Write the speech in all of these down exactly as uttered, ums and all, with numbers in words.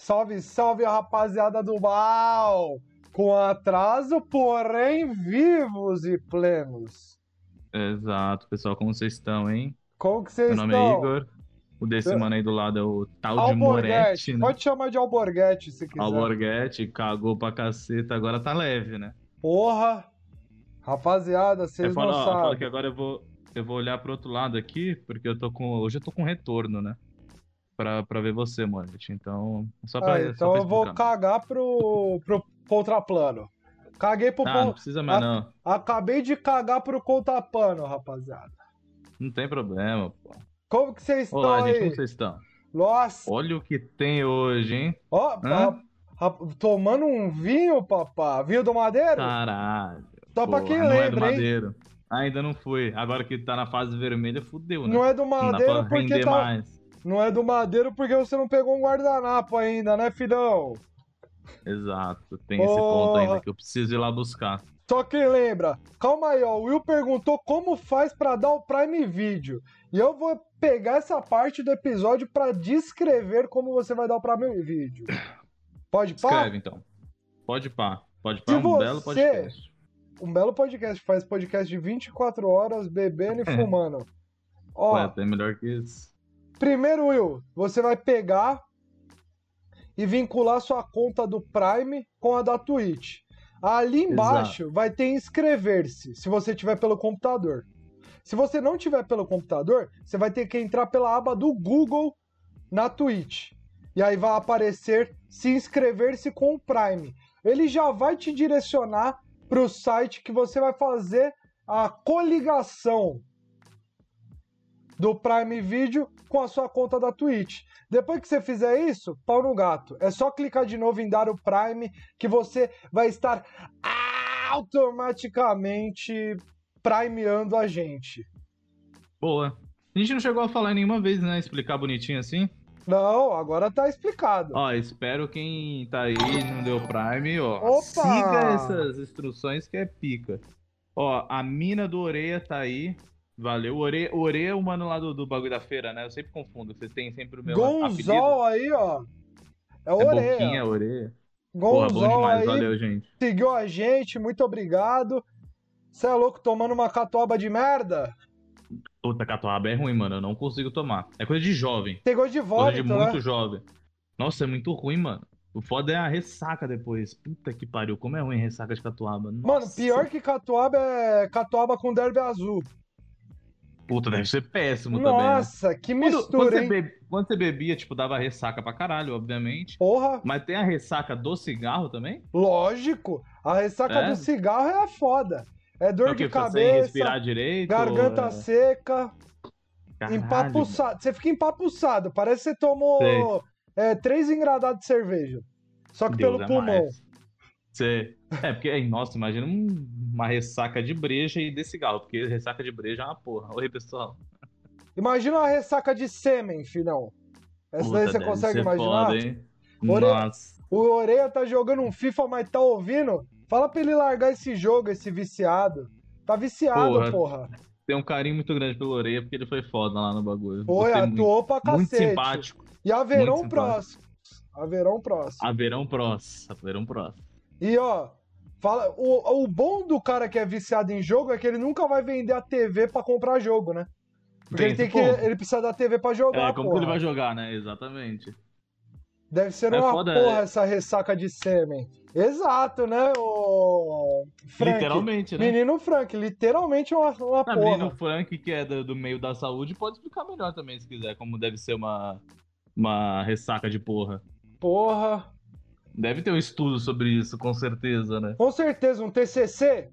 Salve, salve, rapaziada do mal! Com atraso, porém vivos e plenos. Exato, pessoal, como vocês estão, hein? Como que vocês Meu nome é estão? Igor, o desse mano aí do lado é o tal de Alborguete, Moretti, né? pode chamar de Alborguete se quiser. Alborguete, cagou pra caceta, agora tá leve, né? Porra! Rapaziada, Eu vocês falo, não ó, eu falo que sabem. agora eu vou, eu vou olhar pro outro lado aqui, porque eu tô com. Hoje eu tô com retorno, né? Pra, pra ver você, Moretti. Então, só Ah, pra, só então pra eu vou explicar. cagar pro, pro contraplano. Caguei pro... Ah, não pon- precisa mais a- não. Acabei de cagar pro contrapano, rapaziada. Não tem problema, pô. Como que vocês estão Olá, gente, como aí? vocês estão? Nossa! Olha o que tem hoje, hein? Ó, Hã? ra- ra- tomando um vinho, papá. Vinho do Madeiro? Caralho. Só pra quem Porra, não é do lembra, hein? Madeiro. Ainda não fui. Agora que tá na fase vermelha, fudeu, né? Não é do Não dá Madeiro pra porque render tá. mais. Não é do Madeiro porque você não pegou um guardanapo ainda, né, filhão? Exato. Tem esse ponto ainda que eu preciso ir lá buscar. Só quem lembra. Calma aí, ó. O Will perguntou como faz pra dar o Prime Video. E eu vou pegar essa parte do episódio pra descrever como você vai dar o Prime Video. Pode pá? Escreve, então. Pode pá. Pode pá, Se é um você- belo podcast. Um belo podcast. Faz podcast de vinte e quatro horas bebendo e fumando. Ó. Ué, tem melhor que isso. Primeiro, Will, você vai pegar e vincular sua conta do Prime com a da Twitch. Ali embaixo vai ter inscrever-se, se você tiver pelo computador. Se você não tiver pelo computador, você vai ter que entrar pela aba do Google na Twitch. E aí vai aparecer se inscrever-se com o Prime. Ele já vai te direcionar para o site que você vai fazer a coligação do Prime Video com a sua conta da Twitch. Depois que você fizer isso, pau no gato. É só clicar de novo em dar o Prime que você vai estar automaticamente primeando a gente. Boa. A gente não chegou a falar nenhuma vez, né? Explicar bonitinho assim. Não, agora tá explicado. Ó, espero quem tá aí não deu Prime, ó. Opa! Siga essas instruções que é pica. Ó, a mina do Oreia tá aí. Valeu. O Oreia, o Oreia é o mano lá do, do bagulho da feira, né? Eu sempre confundo. Vocês têm sempre o meu apelido. Gonzol aí, ó. É o É Oreia. Boquinha, Oreia. Porra, bom Gonzol demais. aí Valeu, gente. seguiu a gente, muito obrigado. Você é louco tomando uma catuaba de merda? Puta, catuaba é ruim, mano. Eu não consigo tomar. É coisa de jovem. Pegou de Coisa vômito, de muito né? jovem. Nossa, é muito ruim, mano. O foda é a ressaca depois. Puta que pariu. Como é ruim ressaca de catuaba. Nossa. Mano, pior que catuaba é catuaba com derby azul. Puta, deve ser péssimo também, né? Nossa, que Quando, quando, mistura, você hein? be- quando você bebia, tipo, dava ressaca pra caralho, obviamente. Porra, Mas tem a ressaca do cigarro também? lógico. A ressaca É? do cigarro é foda. É dor É o de quê? Fica sem respirar cabeça, direito? garganta ou é- seca, Caralho, empapuçado. Você fica empapuçado. Parece que você tomou é, três engradados de cerveja. Só que Deus pelo é pulmão. mais. Sei. É, porque, aí, nossa, imagina um- uma ressaca de breja e de cigarro, porque ressaca de breja é uma porra. Oi, pessoal. Imagina uma ressaca de sêmen, filhão. Essa Puta, daí você deve consegue ser imaginar? foda, hein? Ore- Nossa. O Oreia tá jogando um FIFA, mas tá ouvindo? Fala pra ele largar esse jogo, esse viciado. Tá viciado, Porra. porra. Tem um carinho muito grande pelo Oreia, porque ele foi foda lá no bagulho. Foi, Gostei atuou pra muito, muito cacete. simpático. E haverão Muito próximos. Haverão próximos. Haverão prós. Haverão prós. E ó, fala, o, o bom do cara que é viciado em jogo é que ele nunca vai vender a T V pra comprar jogo, né? Porque Tem ele tem esse que. ponto. Ele precisa da T V pra jogar, É, como que porra. ele vai jogar, né? Exatamente. Deve ser É uma foda, porra é. essa ressaca de sêmen. Exato, né, o Frank? Literalmente, né? Menino Frank, literalmente uma, uma Ah, porra. menino Frank, que é do, do meio da saúde, pode explicar melhor também, se quiser, como deve ser uma, uma ressaca de porra. Porra. Deve ter um estudo sobre isso, com certeza, né? Com certeza, um T C C.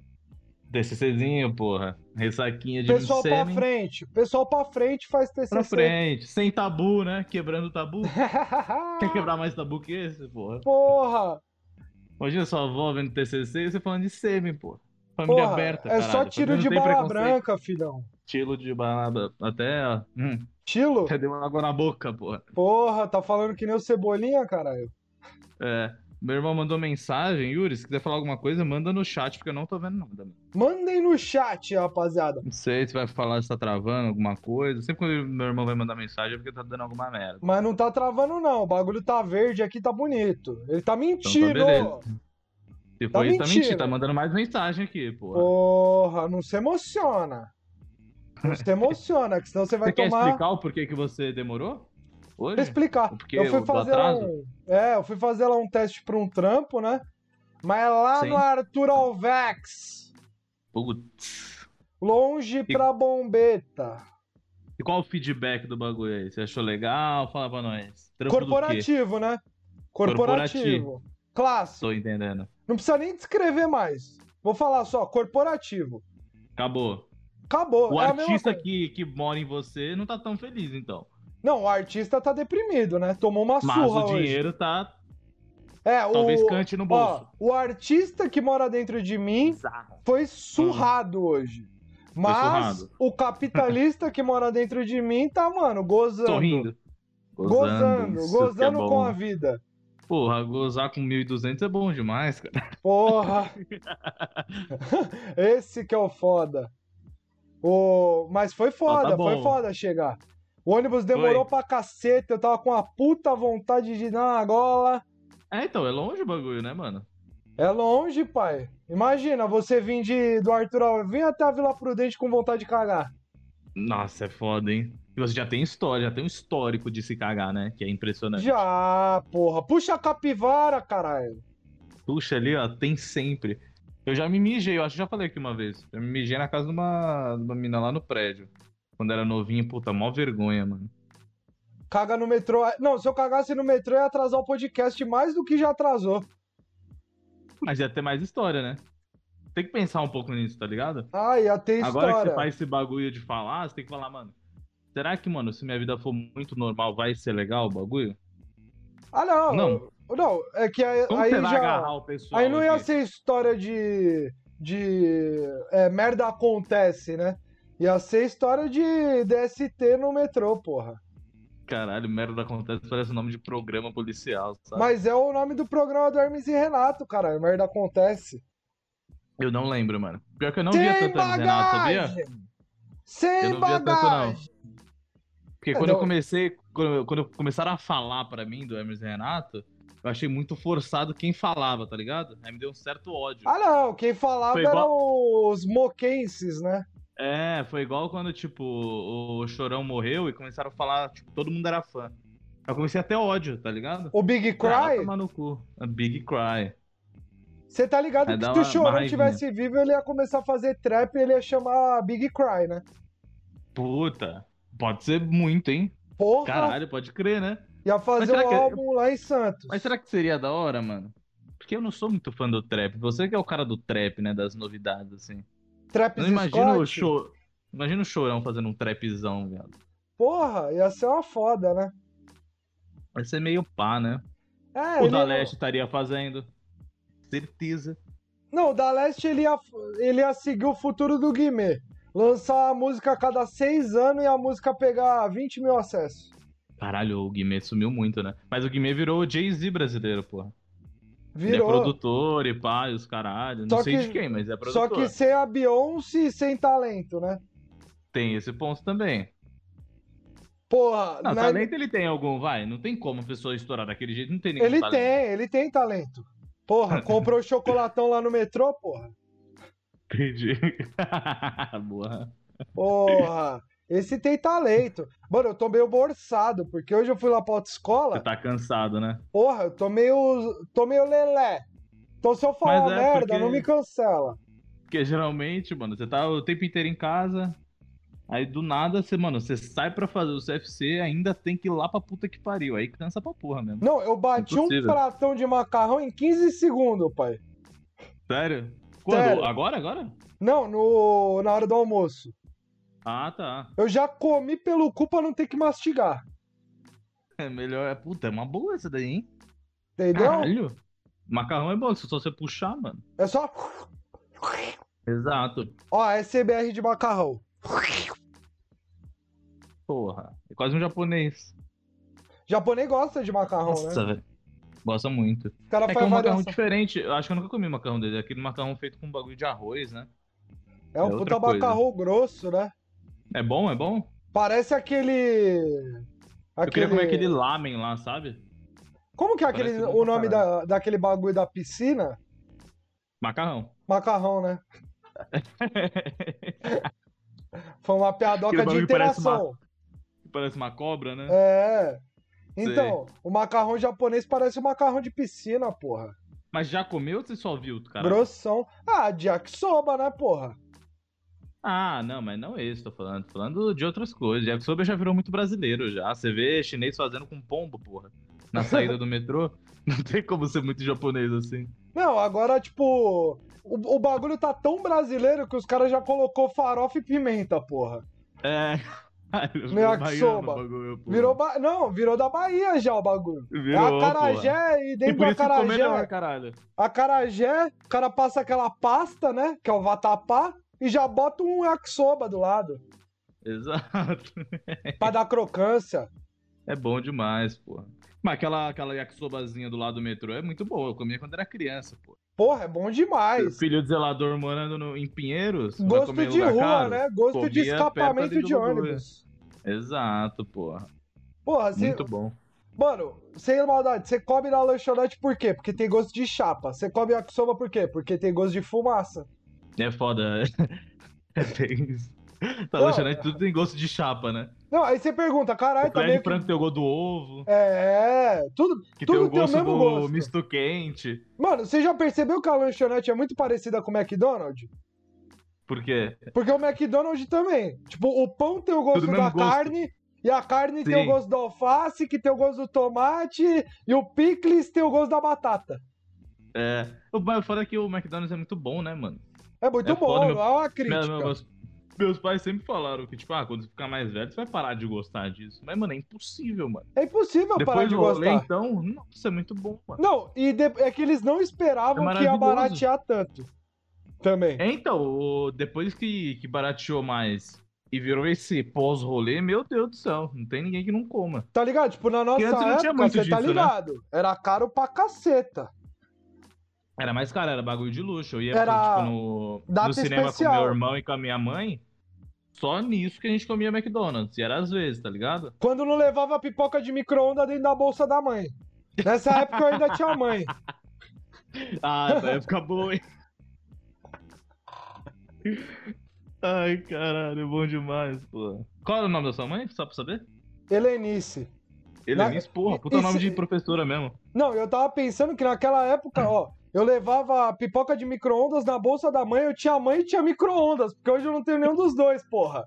TCCzinho, porra. Ressaquinha de Pessoal pra sêmen. frente. Pessoal pra frente faz T C C. Pra frente. Sem tabu, né? Quebrando o tabu. Quer quebrar mais tabu que esse, porra? Porra. Imagina sua avó vendo T C C e você falando de sêmen, porra. Família Porra, aberta, é caralho. só tiro Não de tem bala preconceito. branca, filhão. Tiro de bala até, ó. Hum, Tilo? até deu uma água na boca, porra. Porra, tá falando que nem o Cebolinha, caralho. É. Meu irmão mandou mensagem. Yuri, se quiser falar alguma coisa, manda no chat, porque eu não tô vendo nada, mano. Mandem no chat, rapaziada. Não sei se vai falar se tá travando alguma coisa. Sempre quando meu irmão vai mandar mensagem é porque tá dando alguma merda. Mas não tá travando, não. O bagulho tá verde aqui, tá bonito. Ele tá Então tá mentindo. beleza. Se Tá for isso, tá mentindo. mentindo. Tá mandando mais mensagem aqui, porra. Porra, não se emociona. Não se emociona, que senão você vai Você quer tomar. explicar o porquê que você demorou? Hoje? Vou explicar. O porquê Eu fui do fazer lá atraso? um. É, eu fui fazer lá um teste pra um trampo, né? Mas é lá Sim. no Arthur Alvex. Putz. Longe E- pra Bombeta. E qual o feedback do bagulho aí? Você achou legal? Fala pra nós. Trampo do quê? Corporativo, né? Corporativo. Clássico. Tô entendendo. Não precisa nem descrever mais. Vou falar só, corporativo. Acabou. Acabou. O é a mesma artista coisa. que, que mora em você não tá tão feliz, então. Não, o artista tá deprimido, né? Tomou uma Mas surra o hoje. dinheiro tá É, talvez o, cante no bolso. Ó, o artista que mora dentro de mim bizarro. foi surrado hoje. Mas surrado. o capitalista que mora dentro de mim tá, mano, gozando. Sorrindo. Gozando, isso que é gozando bom. com a vida. Porra, gozar com mil e duzentos é bom demais, cara. Porra! Esse que é o foda. O... Mas foi foda, tá bom. foi foda chegar. O ônibus demorou Foi. pra caceta, eu tava com a puta vontade de dar uma gola. É, então, é longe o bagulho, né, mano? É longe, pai. Imagina, você vir de, do Arthur Alves, vem até a Vila Prudente com vontade de cagar. Nossa, é foda, hein? E você já tem história, já tem um histórico de se cagar, né? Que é impressionante. Já, porra. Puxa a capivara, caralho. Puxa ali, ó, tem sempre. Eu já me mijei, eu acho que já falei aqui uma vez. Eu me mijei na casa de uma, de uma mina lá no prédio. Quando era novinho, puta, mó vergonha, mano. Caga no metrô. Não, se eu cagasse no metrô, ia atrasar o podcast mais do que já atrasou. Mas ia ter mais história, né? Tem que pensar um pouco nisso, tá ligado? Ah, ia ter Agora que história. você faz esse bagulho de falar, você tem que falar, mano. Será que, mano, se minha vida for muito normal, vai ser legal o bagulho? Ah, não. Não. Não, é que aí, Como aí você vai já... agarrar o pessoal Aí não ia aqui? ser história de... De... É, merda acontece, né? Ia ser história de D S T no metrô, porra. Caralho, merda acontece, parece o nome de programa policial, sabe? Mas é o nome do programa do Hermes e Renato, cara. Merda acontece. Eu não lembro, mano. Pior que eu não via Sem tanto Hermes e Renato, sabia? bagagem! Sem Eu não via tanto, bagagem! não. Porque É, quando não. eu comecei, quando, quando começaram a falar pra mim do Hermes e Renato, eu achei muito forçado quem falava, tá ligado? Aí me deu um certo ódio. Ah, não. Quem falava Foi igual- eram os moquenses, né? É, foi igual quando, tipo, o Chorão morreu e começaram a falar, tipo, todo mundo era fã. Eu comecei a ter ódio, tá ligado? O Big Ah, vai Cry, tomar no cu. A Big Cry. você tá ligado Aí que dá se uma- o Chorão uma raivinha. tivesse vivo, ele ia começar a fazer trap e ele ia chamar Big Cry, né? Puta, pode ser muito, hein? Porra, Caralho, pode crer, né? ia Mas fazer será um que- álbum lá em Santos. Mas será que seria da hora, mano? Porque eu não sou muito fã do trap. Você que é o cara do trap, né? Das novidades, assim. Trap Eu não imagino o Scott? show. Imagina o Chorão fazendo um trapzão, viado. Porra, ia ser uma foda, né? Vai ser meio pá, né? É, O ele... da Leste estaria fazendo. Certeza. Não, o da Leste ele ia, ele ia seguir o futuro do Guimê. Lançar a música a cada seis anos e a música pegar vinte mil acessos. Caralho, o Guimê sumiu muito, né? Mas o Guimê virou o Jay-Z brasileiro, porra. Ele é Virou. produtor e pá, e os caralho. Não Só sei que- de quem, mas é Só produtor. que sem a Beyoncé e sem talento, né? Tem esse ponto também. Porra, Não, na- talento ele tem algum, vai. Não tem como a pessoa estourar daquele jeito, não tem nenhum ele talento. tem, ele tem talento. Porra, comprou chocolatão lá no metrô, porra. Entendi. Boa. Porra, esse tem talento. Mano, eu tô meio borçado, porque hoje eu fui lá pra Você autoescola. tá cansado, né? Porra, eu tô meio, tô meio lelé. Então se eu falar Mas é merda, porque- não me cancela. Porque geralmente, mano, você tá o tempo inteiro em casa. Aí do nada, você, mano, você sai pra fazer o C F C, ainda tem que ir lá pra puta que pariu. Aí cansa pra porra mesmo. Não, eu bati um Impossível. pratão de macarrão em quinze segundos, pai. Sério? Quando? Sério. Agora, agora? Não, no, na hora do almoço. Ah, tá. Eu já comi pelo cu pra não ter que mastigar. É melhor. É, puta, é uma boa essa daí, hein? Entendeu? Caralho. Macarrão é bom, se só você puxar, mano. É só. Exato. Ó, S B R de macarrão. Porra. É quase um japonês. Japonês gosta de macarrão, Nossa, né? velho. Gosta muito. O cara É que é faz um macarrão variação. diferente. Eu acho que eu nunca comi macarrão dele. É aquele macarrão feito com bagulho de arroz, né? É um É outra puta coisa. macarrão grosso, né? É bom, é bom? Parece aquele. Eu queria comer aquele Aquele. lamen lá, sabe? Como que é aquele, Parece bom o pra nome caralho. da, daquele bagulho da piscina? Macarrão. Macarrão, né? Foi uma Aquele piadoca de bagulho que parece uma, interação. que parece uma cobra, né? É. Sei. Então, o macarrão japonês parece um macarrão de piscina, porra. Mas já comeu ou você só viu, caralho? Grossão. Ah, de yakisoba, né, porra? Ah, não, mas não esse, tô falando. Tô falando de outras coisas. Yakisoba já virou muito brasileiro já. Você vê chinês fazendo com pombo, porra. Na saída do metrô. Não tem como ser muito japonês assim. Não, agora, tipo, o, o bagulho tá tão brasileiro que os caras já colocou farofa e pimenta, porra. É. No Virou baiano o yakisoba. bagulho, porra. Virou ba... Não, virou da Bahia já o bagulho. Virou, é acarajé porra. e E dentro por do isso que ficou acarajé, melhor, caralho. acarajé, o cara passa aquela pasta, né, que é o vatapá, e já bota um yakisoba do lado, Exato. pra dar crocância. É bom demais, porra. Mas aquela, aquela yakisobazinha do lado do metrô é muito boa. Eu comia quando era criança, pô. Porra, é bom demais. Filho de zelador morando no- em Pinheiros, vai Gosto comer em de lugar rua, caro, né? Gosto de comia perto ali escapamento do de bagulho. ônibus. Exato, porra. Porra, você... Muito bom. Mano, sem maldade, você come na lanchonete por quê? Porque tem gosto de chapa. Você come yakisoba por quê? Porque tem gosto de fumaça. É foda. É bem isso. Tá Não, lanchonete, tudo tem gosto de chapa, né? não, aí você pergunta, O caralho, tá filé meio de que... frango tem o gosto do ovo, É, tudo, que tem tudo o tem o gosto mesmo do gosto. misto quente. Mano, você já percebeu que a lanchonete é muito parecida com o McDonald's? Por quê? Porque o McDonald's também. Tipo, o pão tem o gosto Tudo da mesmo gosto. carne, e a carne tem o Sim. gosto do alface, que tem o gosto do tomate, e o picles tem o gosto da batata. É. O mais foda é que o McDonald's é muito bom, né, mano? É muito É bom, foda, não meu- é uma Meu- crítica. meu- meus, meus pais sempre falaram que, tipo, ah, quando você ficar mais velho, você vai parar de gostar disso. Mas, mano, é impossível, mano. É impossível parar Depois de do rolê, gostar. então, nossa, é muito bom, mano. Não, e de- é que eles não É esperavam que ia maravilhoso. baratear tanto. Também. É, então, o- depois que, que barateou mais e virou esse pós-rolê, meu Deus do céu, não tem ninguém que não coma. Tá ligado? Tipo, na nossa antes não tinha época, muito você tá disso, né? ligado. Era caro pra caceta. Era mais caro, era bagulho de luxo. Eu ia Era tipo, no, data no cinema especial. com meu irmão e com a minha mãe, só nisso que a gente comia McDonald's. E era às vezes, tá ligado? Quando não levava pipoca de micro-ondas dentro da bolsa da mãe. Nessa época eu ainda tinha mãe. Ah, essa época boa, hein? Ai, caralho, bom demais, pô. Qual era o nome da sua mãe, só pra saber? Helenice. Na- Helenice, porra, puta e nome se- de professora mesmo. Não, eu tava pensando que naquela época, ó, eu levava pipoca de micro-ondas na bolsa da mãe, eu tinha mãe e tinha micro-ondas, porque hoje eu não tenho nenhum dos dois, porra.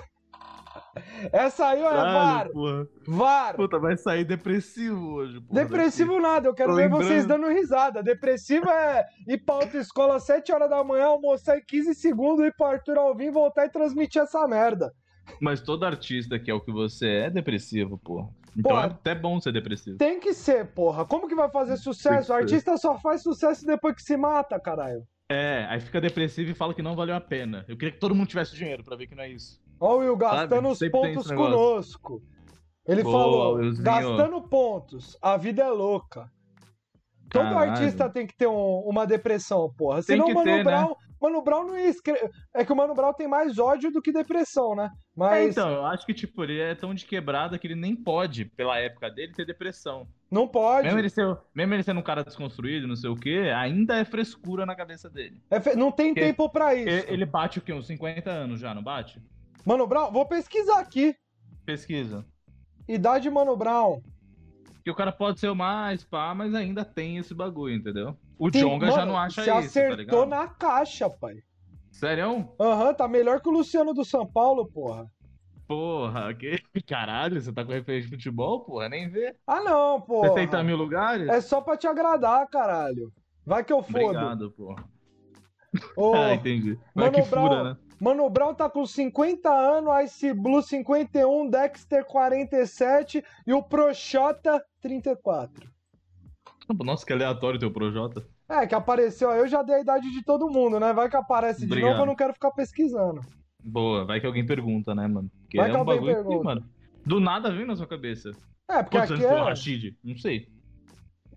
Essa aí, ó, é VAR. Caralho, porra. VAR. Puta, vai sair depressivo hoje, porra. Depressivo nada, eu quero Tô ver lembrando. vocês dando risada. Depressivo é ir pra autoescola às sete horas da manhã, almoçar em quinze segundos, ir pro Arthur Alvim, voltar e transmitir essa merda. daqui. Mas todo artista que é o que você é, é depressivo, porra. Então Porra. é até bom ser depressivo. Tem que ser, porra. Como que vai fazer sucesso? O ser. artista só faz sucesso depois que se mata, caralho. É, aí fica depressivo e fala que não valeu a pena. Eu queria que todo mundo tivesse dinheiro pra ver que não é isso. Ó o Will gastando Sabe? os Sempre tem pontos esse negócio. conosco. Ele Boa, falou, Willzinho. gastando pontos, a vida é louca. Todo Caralho. artista tem que ter um- uma depressão, porra. Tem Senão que o Mano ter, Brown, né? Mano Brown não ia escrever. É que o Mano Brown tem mais ódio do que depressão, né? É, Mas então, eu acho que, tipo, ele é tão de quebrada que ele nem pode, pela época dele, ter depressão. não pode. Mesmo ele, ser, mesmo ele sendo um cara desconstruído, não sei o quê, ainda é frescura na cabeça dele. É fe- Não tem Porque tempo pra isso. E- Ele bate o quê? Uns cinquenta anos já, não bate? Mano Brown, vou pesquisar aqui. Pesquisa. Idade Mano Brown. Que o cara pode ser o mais pá, mas ainda tem esse bagulho, entendeu? O Tem- Jonga já mano, não acha se isso, tá acertou ligado? na caixa, pai. Sério? Aham, tá melhor que o Luciano do São Paulo, porra. Porra, que caralho, você tá com referência de futebol, porra? Nem vê. Ah, não, porra. sessenta mil lugares? É só pra te agradar, caralho. Vai que eu fodo. Obrigado, porra. Ô, Ah, entendi. Vai Mano que fura, Brown, né? Mano Brown tá com cinquenta anos, Ice Blue cinquenta e um, Dexter quarenta e sete e o Proxota trinta e quatro. Nossa, que aleatório teu Projota. É, que apareceu aí, eu já dei a idade de todo mundo, né? Vai que aparece de Obrigado. novo, eu não quero ficar pesquisando. Boa, vai que alguém pergunta, né, mano? Porque Vai é que um alguém bagulho pergunta. que, mano, do nada vem na sua cabeça. É, porque Quantos aqui anos tem o é... Rashid? Não sei.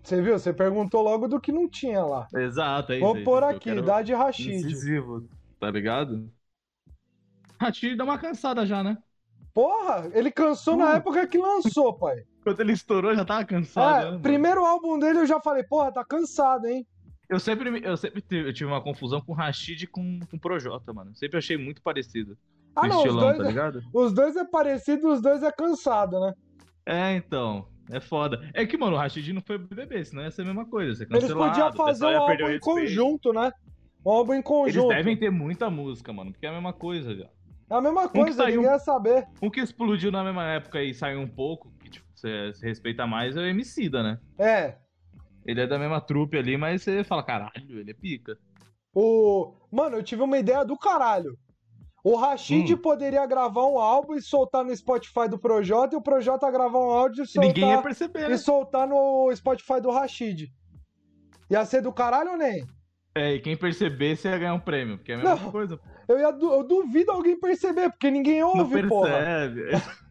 Você viu? Você perguntou logo do que não tinha lá. Exato, é isso. Vou é isso, pôr eu aqui, quero idade Rashid. incisivo, tá ligado? Rashid dá uma cansada já, né? Porra, ele cansou na Uh. época que lançou, pai. Quando ele estourou, já tava cansado, né, É, mano? primeiro álbum dele eu já falei, porra, tá cansado, hein? Eu sempre, me- eu sempre tive, eu tive uma confusão com o Rashid e com, com o Projota, mano. Sempre achei muito parecido. Ah, O não, os estilão, dois, tá ligado? os dois é parecido, os dois é cansado, né? É, então. É foda. É que, mano, o Rashid não foi B B B, senão ia ser a mesma coisa. Ser Eles podiam cancelado, o fazer pessoal um ia perder o álbum em respeito. conjunto, né? Um álbum em Eles conjunto. devem ter muita música, mano, porque é a mesma coisa, já. É a mesma Um que coisa, saiu- ninguém ia saber. Um que explodiu na mesma época e saiu um pouco, que, tipo, você se respeita mais, é o Emicida, né? É. Ele é da mesma trupe ali, mas você fala, caralho, ele é pica. O... Mano, eu tive uma ideia do caralho. O Rashid Hum. poderia gravar um álbum e soltar no Spotify do Projota, e o Projota gravar um áudio e E ninguém ia soltar, perceber, e né? soltar no Spotify do Rashid. Ia ser do caralho ou nem? É, e quem percebesse ia ganhar um prêmio, porque é a mesma Não. coisa. Eu, ia, du- eu duvido alguém perceber, porque ninguém Não ouve, porra. percebe.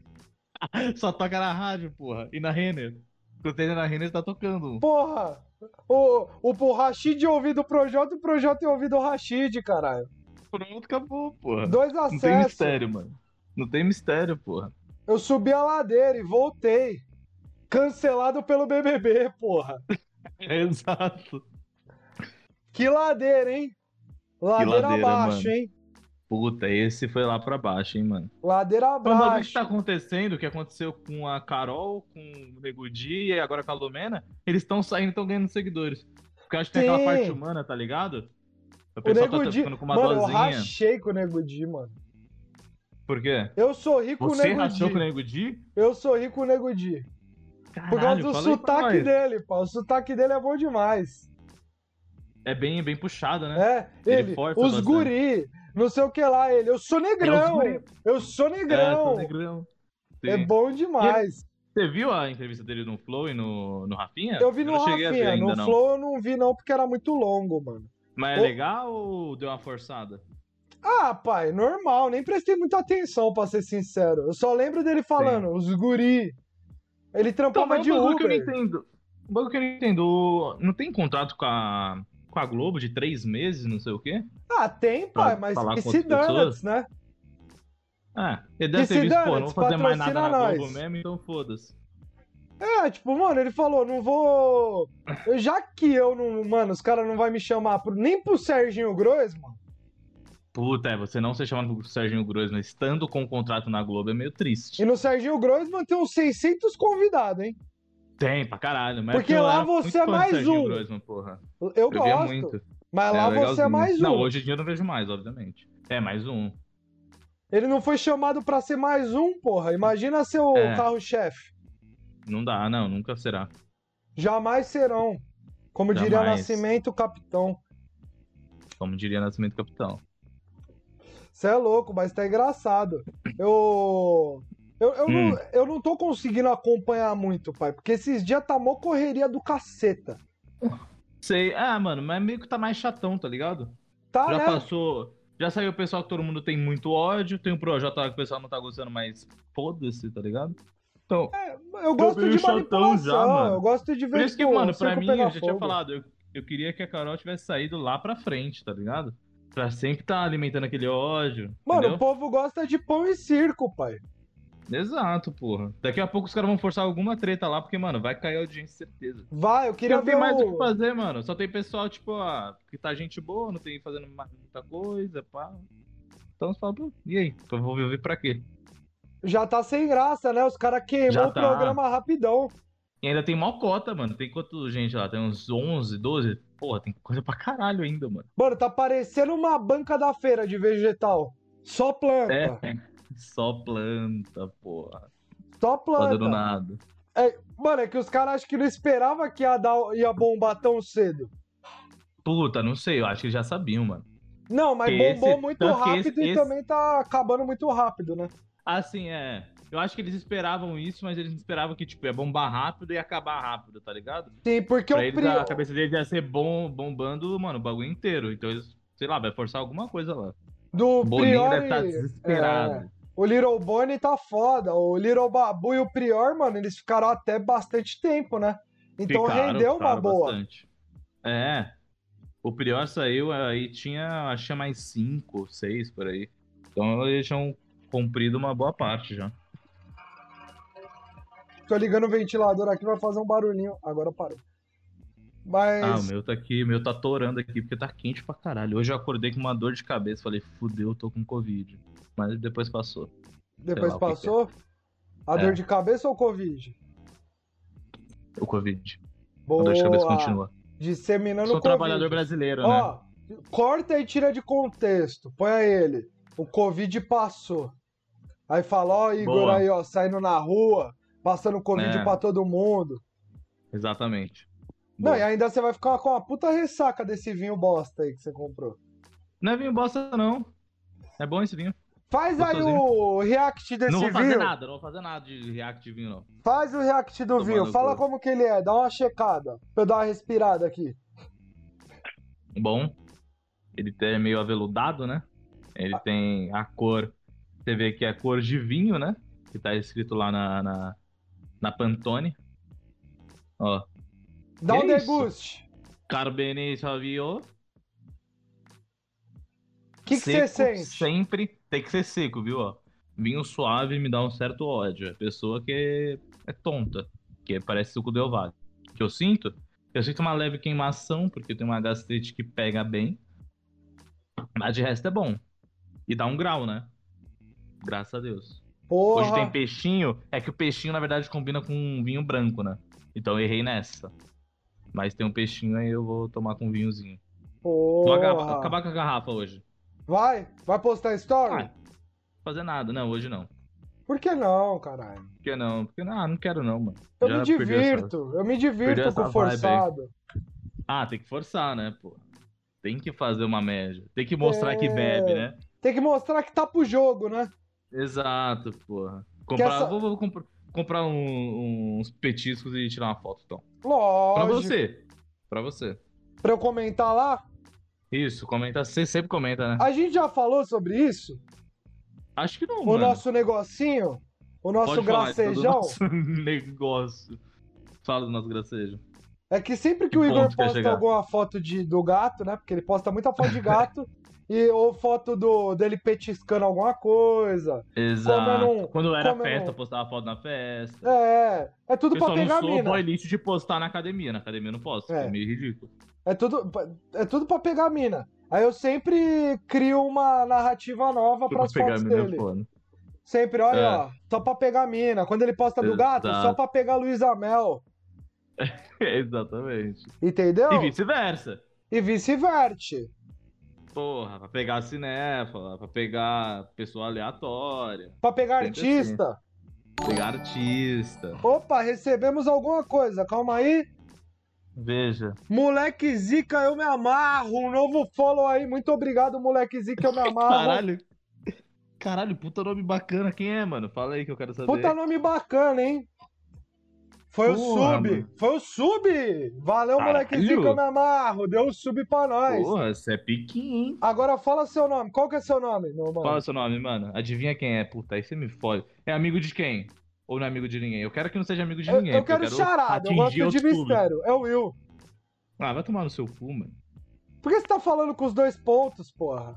Só toca na rádio, porra. E na Renner. Quando tem na Renner, tá tocando. Porra! O, o, o Rashid ia ouvir do Projota e o Projota ia ouvir do Rashid, caralho. Pronto, acabou, porra. Dois Não tem acessos. mistério, mano. Não tem mistério, porra. Eu subi a ladeira e voltei. Cancelado pelo B B B, porra. É exato. Que ladeira, hein? Ladeira, ladeira, abaixo, mano. hein? Puta, esse foi lá pra baixo, hein, mano. Ladeira Então, o bagulho que abaixo. tá acontecendo, o que aconteceu com a Carol, com o Nego Di e agora com a Lumena, eles estão saindo e estão ganhando seguidores. Porque eu acho que tem aquela Sim. parte humana, tá ligado? O O pessoal Nego tá Di... ficando com uma Mano, eu dosinha. rachei com o Nego Di, mano. Por quê? Eu sorri com o Você Nego rachou Di. com o Nego Di? Eu sorri com o Nego Di. Por causa Caralho, do fala aí pra sotaque nós. dele, pá. O sotaque dele é bom demais. É bem, bem puxado, né? É, Ele ele, força os bastante. guri, não sei o que lá, ele. Eu sou negrão. guri. Eu sou É, negrão. sou negrão. É Sim. bom demais. Você viu a entrevista dele no Flow e no, no Rafinha? Eu vi no não cheguei a ver Rafinha, ainda, no não. Flow eu não vi não, porque era muito longo, mano. Mas é Ô- legal ou deu uma forçada? Ah, pai, normal, nem prestei muita atenção, pra ser sincero. Eu só lembro dele falando, os guri. Ele Então, trampava mas de um bagulho que eu não Uber. entendo. Um bagulho que eu não entendo. o- Não tem contrato com a, com a Globo de três meses, não sei o quê? Ah, tem, Pra pai, mas falar que com se outras dane, pessoas? né? Ah, ele deve Que ter se visto, pô, dane, não vou fazer mais nada na patrocina Globo nós. mesmo, então foda-se. É, tipo, mano, ele falou, não vou... Eu- Já que eu não... Mano, os caras não vão me chamar pro... nem pro Serginho Groisman. Puta, é, você não ser chamado pro Serginho Groisman estando com o contrato na Globo é meio triste. E no Serginho Groisman tem uns seiscentos convidados, hein? Tem, pra caralho. Mas Porque eu lá era muito você é fã do mais Serginho um. Groisman, porra. Eu, Eu via gosto. muito. Mas lá É, você é legalzinho. mais um. Não, hoje em dia eu não vejo mais, obviamente. É, mais um. Ele não foi chamado pra ser mais um, porra. Imagina ser o É. carro-chefe. Não dá, não, nunca será. Jamais serão. Como diria Jamais. Nascimento, capitão. Como diria Nascimento Capitão. Você é louco, mas tá engraçado. Eu. Eu, eu, Hum. não, eu não tô conseguindo acompanhar muito, pai, porque esses dias tá mó correria do caceta. Sei. Ah, mano, mas meio que tá mais chatão, tá ligado? Tá, Já né? passou. Já saiu o pessoal que todo mundo tem muito ódio. Tem o Projota que o pessoal não tá gostando, mas foda-se, tá ligado? Então. Eu gosto meio de chatão manipulação, já, mano. eu gosto de ver, Por isso que, tipo, mano, o pra circo mim, pegar eu já tinha fogo. falado, eu, eu queria que a Carol tivesse saído lá pra frente, tá ligado? Pra sempre tá alimentando aquele ódio. Mano, entendeu? o povo gosta de pão e circo, pai. Exato, porra. Daqui a pouco os caras vão forçar alguma treta lá, porque, mano, vai cair a audiência, certeza. Vai, eu Porque queria não tem ver mais o que o... fazer, mano. Só tem pessoal, tipo, ah, que tá gente boa, não tem fazendo ma- muita coisa, pá. Então você fala, pô, e aí? Eu vou viver pra quê? Já tá sem graça, né? Os caras queimou Já o tá. programa rapidão. E ainda tem mó cota, mano. Tem quanto gente lá? Tem uns onze, doze? Porra, tem coisa pra caralho ainda, mano. Mano, tá parecendo uma banca da feira de vegetal. Só planta. É, só planta, porra. Só planta. Fazendo nada. É, mano, é que os caras acham que não esperavam que ia, dar, ia bombar tão cedo. Puta, não sei, eu acho que eles já sabiam, mano. Não, mas Esse- bombou muito tanto que rápido esse- e esse- também tá acabando muito rápido, né? Assim, é. Eu acho que eles esperavam isso, mas eles esperavam que, tipo, ia bombar rápido e acabar rápido, tá ligado? Sim, porque Pra o eles, pri... a cabeça deles ia ser bom, bombando, mano, o bagulho inteiro. Então eles, sei lá, vai forçar alguma coisa lá. do O Boninho Priori... deve estar desesperado. é, o Little Bonnie tá foda. O Little Babu e o Prior, mano, eles ficaram até bastante tempo, né? Então Ficaram, rendeu uma ficaram boa. bastante. É. O Prior saiu, aí tinha, acho que tinha mais cinco, seis por aí. Então eles tinham cumprido uma boa parte já. Tô ligando o ventilador aqui, vai fazer um barulhinho. Agora parou. Ah, o Mas meu tá aqui, o meu tá torando aqui, porque tá quente pra caralho. Hoje eu acordei com uma dor de cabeça, falei, fudeu, eu tô com Covid. Mas depois passou. Sei depois lá o que que é. passou. A dor É, de cabeça ou Covid? o Covid. A dor de cabeça Boa! continua. Disseminando Sou o um trabalhador Covid. brasileiro, né? Ó, corta e tira de contexto. Põe aí ele. O Covid passou. Aí fala, ó, Igor Boa. aí, ó, saindo na rua, passando Covid É, pra todo mundo. exatamente. Não, Boa. e ainda você vai ficar com uma puta ressaca desse vinho bosta aí que você comprou. Não é vinho bosta, não. É bom esse vinho. Faz aí Gostosinho. o react Não desse vou fazer vinho. nada, não vou fazer nada de react de vinho, não. Faz o react do Tomar vinho. no Fala cu. como que ele é. Dá uma checada. Pra eu dar uma respirada aqui. Bom, ele é meio aveludado, né? Ele tem a cor. Você vê que é a cor de vinho, né? Que tá escrito lá na, na, na Pantone. Ó. Dá E um é isso. deguste. Carbene Sauvignon. O que que você Seco, sente? sempre tem que ser seco, viu? Ó. Vinho suave me dá um certo ódio. É pessoa que é tonta, que parece suco de ovado. O que eu sinto? Eu sinto uma leve queimação, porque tem uma gastrite que pega bem. Mas de resto é bom. E dá um grau, né? Graças a Deus. Hoje tem Porra. peixinho, é que o peixinho na verdade combina com um vinho branco, né? Então eu errei nessa. Mas tem um peixinho aí, eu vou tomar com um vinhozinho. Vou aga- Porra. acabar com a garrafa hoje. Vai? Vai postar story? Ah, fazer nada, não, hoje não. Por que não, caralho? Por que não? Porque não, ah, não quero não, mano. Eu Já me perdi essa, divirto. Eu me perdi divirto com essa o vibe aí. forçado. Ah, tem que forçar, né, pô? Tem que fazer uma média. Tem que mostrar que bebe, É... né? Tem que mostrar que tá pro jogo, né? Exato, porra. Que Comprar, essa... vou, vou comprar, comprar um- uns petiscos e tirar uma foto, então. Pra Lógico. você. Pra você. Pra eu comentar lá. Isso, comenta. Você sempre comenta, né? A gente já falou sobre isso? Acho que não, O mano. nosso negocinho? O nosso Pode falar então do gracejão? nosso negócio. Fala do nosso gracejo. É que sempre que Que o Igor ponto quer posta chegar? alguma foto de, do gato, né? Porque ele posta muita foto de gato. e, ou foto do, dele petiscando alguma coisa. Exato. Comendo um- Quando era comendo festa, um- postava foto na festa. É, é tudo Eu pra só não pegar sou mina. boy lixo de postar na academia. Na academia eu não posso, É. é meio ridículo. É tudo, é tudo pra pegar mina. Aí eu sempre crio uma narrativa nova Pra pras pegar fotos mina é dele. foda. Sempre, olha, É. ó, só pra pegar mina. Quando ele posta do gato, só Exato. pra pegar Luísa Mel. Exatamente. Entendeu? E vice-versa. E vice-verte. Porra, pra pegar cinéfala, pra pegar pessoa aleatória. Pra pegar Sempre artista. Pegar artista. Opa, recebemos alguma coisa. Calma aí. Veja. Moleque Zica, eu me amarro. Um novo follow aí. Muito obrigado, Moleque Zica, eu me amarro. Caralho. Caralho, puta nome bacana. Quem é, mano? Fala aí que eu quero saber. Puta nome bacana, hein? Foi Porra, o sub. mano. Foi o sub. Valeu, Caralho. Moleque Zica, eu me amarro. Deu o sub pra nós. Porra, você é piquinho, hein? Agora fala seu nome. Qual que é seu nome, meu mano? Fala seu nome, mano. Adivinha quem é? Puta, aí você me fode. É amigo de quem? Ou não é amigo de ninguém? Eu quero que não seja amigo de Eu, ninguém. eu porque quero charada. Eu gosto atingir de outro público. mistério. É o Will. Ah, vai tomar no seu cu, mano. Por que você tá falando com os dois pontos, porra?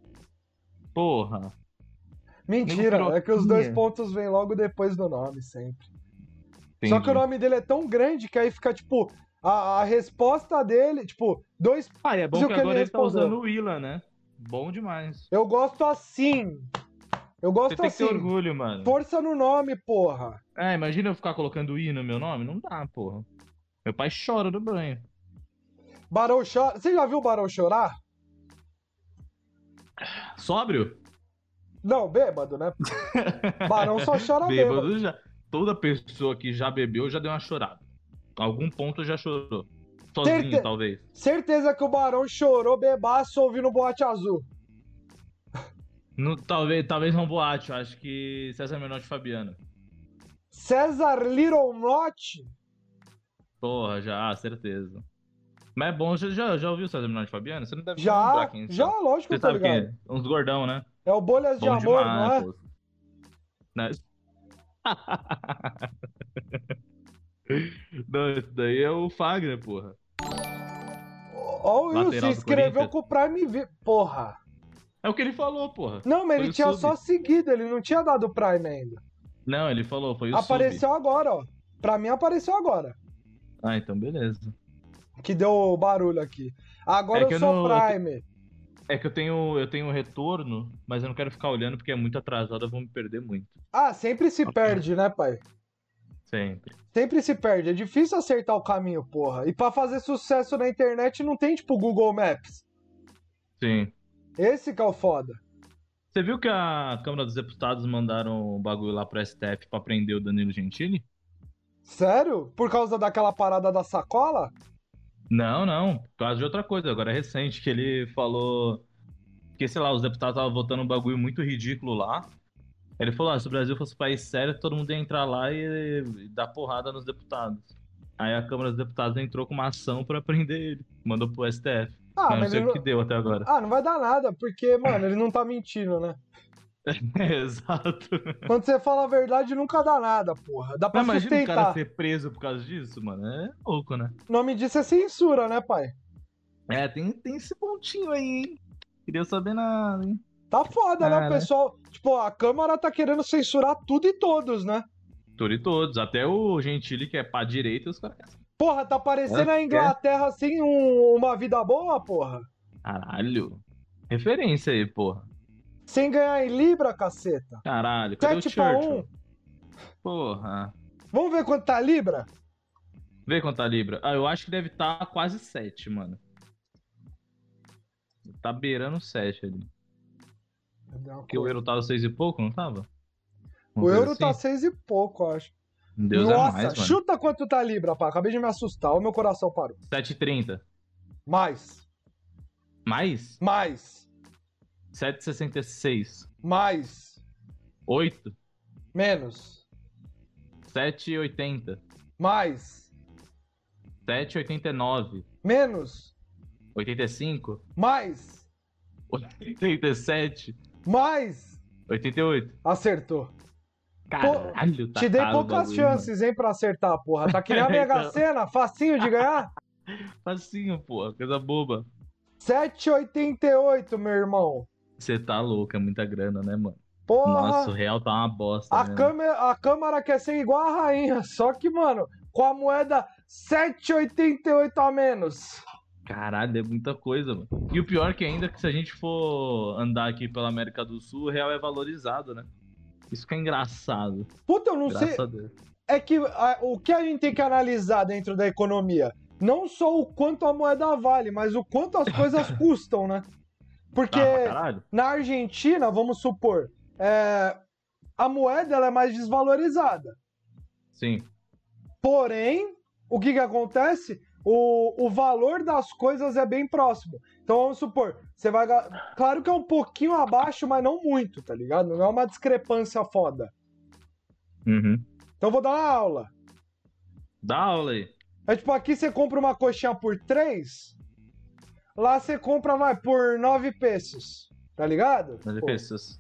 Porra. Mentira, Nego é que os dois piroquinha. pontos vêm logo depois do nome, sempre. Entendi. Só que o nome dele é tão grande que aí fica, tipo, a, a resposta dele, tipo, dois. Ah, e é bom Mas o que que agora ele ele tá respondeu? usando o Willa, né? Bom demais. Eu gosto assim. Eu Você gosto tem que ter assim. orgulho, mano. Força no nome, porra. É, imagina eu ficar colocando I no meu nome? Não dá, porra. Meu pai chora no banho. Barão chora. Você já viu o Barão chorar? Sóbrio? Não, bêbado, né? Barão só chora bêbado. Bêbado já. Toda pessoa que já bebeu já deu uma chorada. Algum ponto já chorou. Sozinho, Certe- talvez. Certeza que o Barão chorou bebaço ouvindo Boate Azul. No, talvez, talvez não boate, eu acho que César Menotti e Fabiano. César Little Not? Porra, já, certeza. Mas é bom, você já, já ouviu César Menotti e Fabiano? Você não deve Já, lembrar quem já, são. lógico que Você eu tô sabe quem ligado. é? Uns gordão, né? É o Bolhas de Bom Amor, demais, não é? pô. Né? Não, esse daí é o Fagner, porra. Ó, o Will se Lateral do inscreveu Corinthians. com o Prime Video. Porra. É o que ele falou, porra. Não, mas Foi ele o tinha sub. só seguido, ele não tinha dado Prime ainda. Não, ele falou, foi o Apareceu sub. agora, ó. Pra mim apareceu agora. Ah, então beleza. Que deu barulho aqui. Agora É que eu eu sou não- eu te- Prime. É que eu tenho, eu tenho retorno, mas eu não quero ficar olhando porque é muito atrasado, eu vou me perder muito. Ah, sempre se perde, né, pai? Sempre. Sempre se perde. É difícil acertar o caminho, porra. E pra fazer sucesso na internet não tem, tipo, Google Maps. Sim. Esse que é o foda. Você viu que a Câmara dos Deputados mandaram um bagulho lá pro S T F pra prender o Danilo Gentili? Sério? Por causa daquela parada da sacola? Não, não, por causa de outra coisa, agora é recente, que ele falou que, sei lá, os deputados estavam votando um bagulho muito ridículo lá. Ele falou, ah, se o Brasil fosse um país sério, todo mundo ia entrar lá e, e dar porrada nos deputados. Aí a Câmara dos Deputados entrou com uma ação pra prender ele, mandou pro S T F. Ah, Mas não mas sei ele o que não... deu até agora. Ah, não vai dar nada, porque, mano, ele não tá mentindo, né? É, exato. Quando você fala a verdade, nunca dá nada, porra. Dá pra Mas imagina o cara sustentar. ser preso por causa disso, mano. É louco, né? O nome disso é censura, né, pai? É, tem, tem esse pontinho aí, hein? Queria saber nada, hein? Tá foda, né? O Cara, pessoal. Tipo, a Câmara tá querendo censurar tudo e todos, né? tudo e todos. Até o Gentili, que é pra direita, os caras querem. Porra, tá parecendo a Quer? Inglaterra sem um- uma vida boa, porra. Caralho. Referência aí, porra. Sem ganhar em Libra, caceta. Caralho, cadê o sete pra um. Churchill? Porra. Vamos ver quanto tá a Libra? Vê quanto tá a Libra. Ah, eu acho que deve estar tá quase sete, mano. Tá beirando sete ali. Porque o euro tava seis e pouco, não tava? Uma O coisa euro assim? tá seis e pouco, eu acho. Deus é Nossa, mais, mano. chuta quanto tá a Libra, pá. Acabei de me assustar. O meu coração parou. sete e trinta. Mais. Mais? Mais. sete e sessenta e seis. Mais. oito. Menos. sete e oitenta. Mais. sete e oitenta e nove. Menos. oitenta e cinco. Mais. oitenta e sete. Mais. oitenta e oito. Acertou. Caralho, tá Te dei caro o poucas bagulho, chances, hein, pra acertar, porra. Tá que nem a Mega Então. Sena, facinho de ganhar. Mano. Facinho, pô, coisa boba. sete e oitenta e oito, meu irmão. Você tá louco, é muita grana, né, mano? Porra. Nossa, o real tá uma bosta, A, né? câmera, a Câmara quer ser igual a rainha, só que, mano, com a moeda sete e oitenta e oito a menos. Caralho, é muita coisa, mano. E o pior que ainda é que se a gente for andar aqui pela América do Sul, o real é valorizado, né? Isso que é engraçado. Puta, eu não Graças sei. a Deus. É que a- o que a gente tem que analisar dentro da economia, não só o quanto a moeda vale, mas o quanto as coisas custam, né? Porque Ah, pra caralho. na Argentina, vamos supor, é, a moeda ela é mais desvalorizada. Sim. Porém, o que que acontece? O, o valor das coisas é bem próximo. Então, vamos supor, você vai... ga- Claro que é um pouquinho abaixo, mas não muito, tá ligado? Não é uma discrepância foda. Uhum. Então, eu vou dar uma aula. Dá aula aí. É tipo, aqui você compra uma coxinha por três, lá você compra, vai, por nove pesos, tá ligado? Nas Pô. defesas.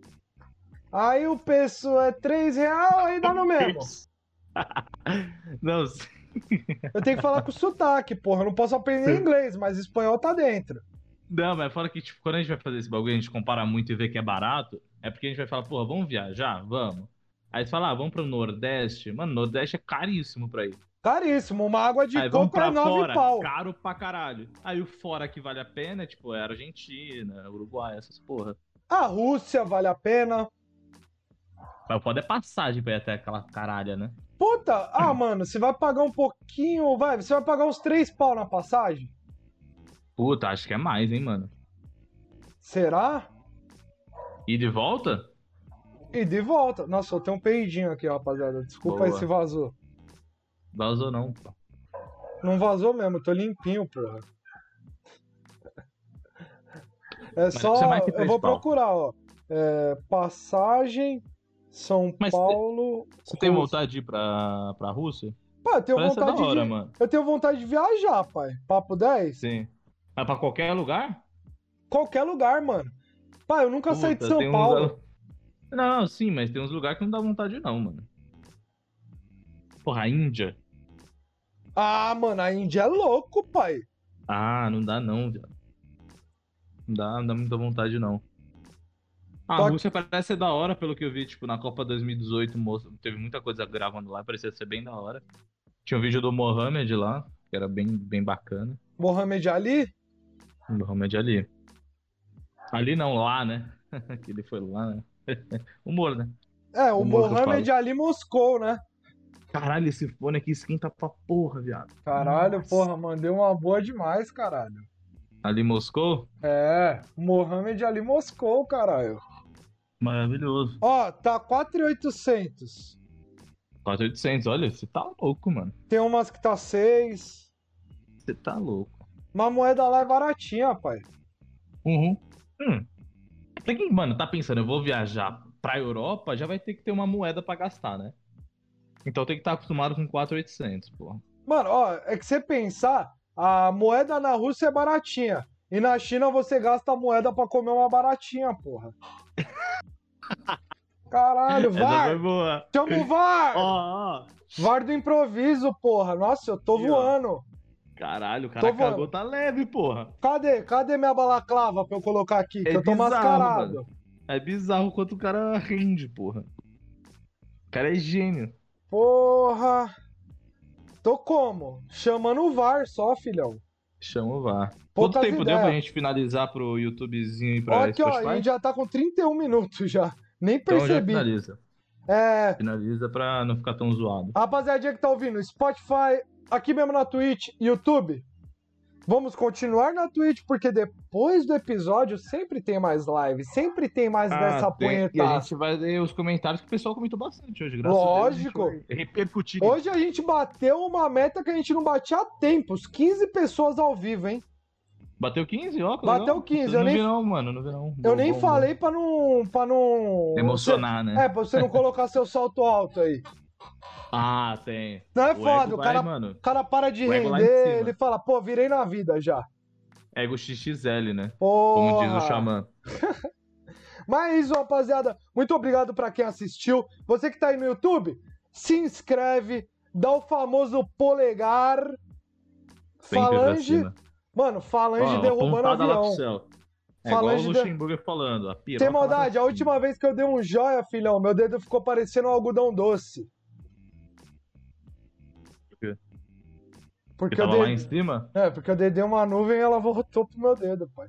Aí o peso é três real, aí dá no mesmo. Não, sim. Eu tenho que falar com sotaque, porra. Eu não posso aprender inglês, mas espanhol tá dentro. Não, mas fora que, tipo, quando a gente vai fazer esse bagulho, a gente compara muito e vê que é barato, é porque a gente vai falar, porra, vamos viajar? Vamos. Aí você fala, ah, vamos pro Nordeste. Mano, Nordeste é caríssimo pra ir. Caríssimo. Uma água de Aí vamos coco é pra nove fora, pau. caro pra caralho. Aí o fora que vale a pena, é, tipo, é Argentina, Uruguai, essas porra. A Rússia vale a pena. Mas o foda é passagem pra ir até aquela caralha, né? Puta, ah, mano, você vai pagar um pouquinho, vai, você vai pagar uns três pau na passagem? Puta, acho que é mais, hein, mano. Será? E de volta? E de volta. Nossa, eu tenho um peidinho aqui, rapaziada. Desculpa aí Boa. se vazou. Vazou não. Não vazou mesmo, eu tô limpinho, porra. É só. isso é mais que Eu três vou pau. procurar, ó. É, passagem, São Mas Paulo. Você tem Rússia. vontade de ir pra, pra Rússia? Pá, eu tenho Parece ser vontade da hora, de. mano. Eu tenho vontade de viajar, pai. Papo dez? Sim. Mas pra qualquer lugar? Qualquer lugar, mano. Pai, eu nunca saí de Puta, São tem uns- Paulo. Não, sim, mas tem uns lugares que não dá vontade não, mano. Porra, a Índia. Ah, mano, a Índia é louco, pai. Ah, não dá não, viado. Não dá, não dá muita vontade, não. A Só Rússia parece ser da hora, pelo que eu vi, tipo, na Copa dois mil e dezoito, moço, teve muita coisa gravando lá, parecia ser bem da hora. Tinha um vídeo do Mohamed lá, que era bem, bem bacana. Mohamed Ali? O Mohamed Ali. Ali não, lá, né? Que ele foi lá, né? Humor, né? É, o Humor que eu Mohamed falo. Ali Moscou, né? Caralho, esse fone aqui esquenta pra porra, viado. Caralho, Nossa. porra, mandei uma boa demais, caralho. Ali Moscou? É, Mohamed Ali Moscou, caralho. Maravilhoso. Ó, tá quatro mil e oitocentos. quatro mil e oitocentos, olha, você tá louco, mano. Tem umas que tá seis. Você tá louco. Uma moeda lá é baratinha, pai. Uhum. Hum. Tem que, mano, tá pensando, eu vou viajar pra Europa, já vai ter que ter uma moeda pra gastar, né? Então tem que estar acostumado com quatro mil e oitocentos, porra. Mano, ó, é que você pensar, a moeda na Rússia é baratinha. E na China você gasta a moeda pra comer uma baratinha, porra. Caralho, Essa VAR! foi boa. Chama o VAR! Ó, ó. VAR do improviso, porra. Nossa, eu tô Aqui, ó. voando. Caralho, o Tô cara voando. cagou, tá leve, porra. Cadê? Cadê minha balaclava pra eu colocar aqui? Que É eu tô bizarro, mascarado. mano. É bizarro quanto o cara rende, porra. O cara é gênio. Porra. Tô como? Chamando o VAR só, filhão. Chama o VAR. Poucas Quanto tempo deu ideias. pra gente finalizar pro YouTubezinho e Ó, pra aqui, ó, a Spotify? gente já tá com trinta e um minutos já. Nem Então já percebi. finaliza. É, Finaliza pra não ficar tão zoado. rapaziadinha que tá ouvindo, Spotify, aqui mesmo na Twitch, YouTube. Vamos continuar na Twitch, porque depois do episódio sempre tem mais live, sempre tem mais dessa Ah, tem- E a punhetaça. gente vai ler os comentários que o pessoal comentou bastante hoje, graças Lógico. a Deus. A gente vai repercutir. Hoje a gente bateu uma meta que a gente não batia há tempos, quinze pessoas ao vivo, hein? Bateu quinze, ó. que Bateu legal. quinze, Eu eu não nem- vi não, mano. Não vi não. Eu Bom, nem bom, falei pra não, pra não... Emocionar, você- né? É, pra você não colocar seu salto alto aí. bom. Ah, tem. Não é O foda, ego o vai, cara, mano. o cara para de O ego lá em render, cima. ele fala, pô, virei na vida já. Ego X X L, né? Como diz o Porra. Xamã. Mas é isso, rapaziada. Muito obrigado pra quem assistiu. Você que tá aí no YouTube, se inscreve, dá o famoso polegar. Sempre pra Falange. cima. Mano, Falange Ó, derrubando apontada lá pro avião. céu. É Falange igual o de- Luxemburgo falando. A piroca Sem lá pra maldade, a cima. última vez que eu dei um joia, filhão, meu dedo ficou parecendo um algodão doce. Por quê? Porque Porque eu tava lá dei... em cima. É, porque eu dei uma nuvem e ela voltou pro meu dedo, pai.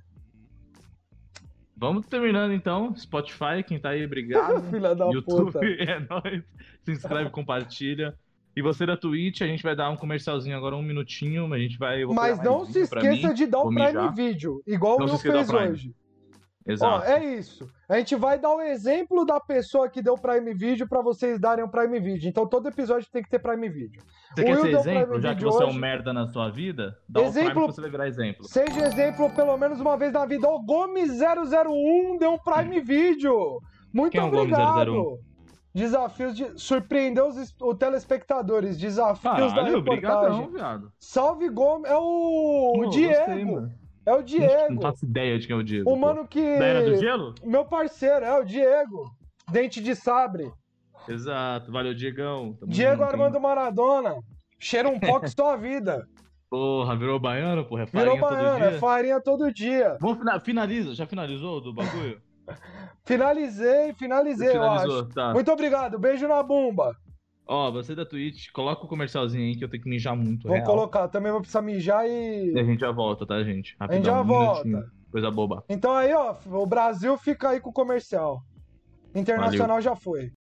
Vamos terminando então. Spotify, quem tá aí, obrigado. Filha da YouTube, puta. é nóis. Se inscreve, compartilha. E você da Twitch, a gente vai dar um comercialzinho agora, um minutinho. A gente vai. eu vou Mas pegar não mais se vídeo pra esqueça mim, de dar o vou Prime mijar. Video, igual Não o se Will esqueça fez do Prime. hoje. Ó, Exato. é isso. A gente vai dar o exemplo da pessoa que deu Prime Video pra vocês darem o Prime Video. Então todo episódio tem que ter Prime Video. Você o quer Will ser deu exemplo? Prime Já que Video você é hoje. um merda na sua vida, dá Exemplo- o Prime que você vai virar exemplo. Seja exemplo pelo menos uma vez na vida. O Gomes zero zero um deu um Prime Video. Muito Quem é o Gomes obrigado. zero zero um? Desafios de surpreender os, es- os telespectadores. Desafios da Caralho, reportagem. obrigadão, viado. Salve Gomes. É o, Pô, o Diego. gostei, mano. É o Não Diego. faço ideia de quem é o Diego. O pô. mano que. Da Era do Gelo? Meu parceiro, é o Diego. Dente de sabre. Exato, valeu, Diegão. Tamo Diego junto, hein? Armando Maradona. Cheira um pouco só a vida. Porra, virou baiano, porra. É Virou farinha todo baiana, é dia. farinha todo dia. Vamos fina- finaliza, já finalizou do bagulho? Finalizei, finalizei, eu Finalizou, acho. tá. Muito obrigado, beijo na bumba. Ó, você da Twitch, coloca o comercialzinho aí que eu tenho que mijar muito. Vou real. colocar, também vou precisar mijar E e. a gente já volta, tá, gente? Rapidão, A gente já um volta. minutinho. Coisa boba. Então aí, ó, o Brasil fica aí com o comercial. Internacional já foi.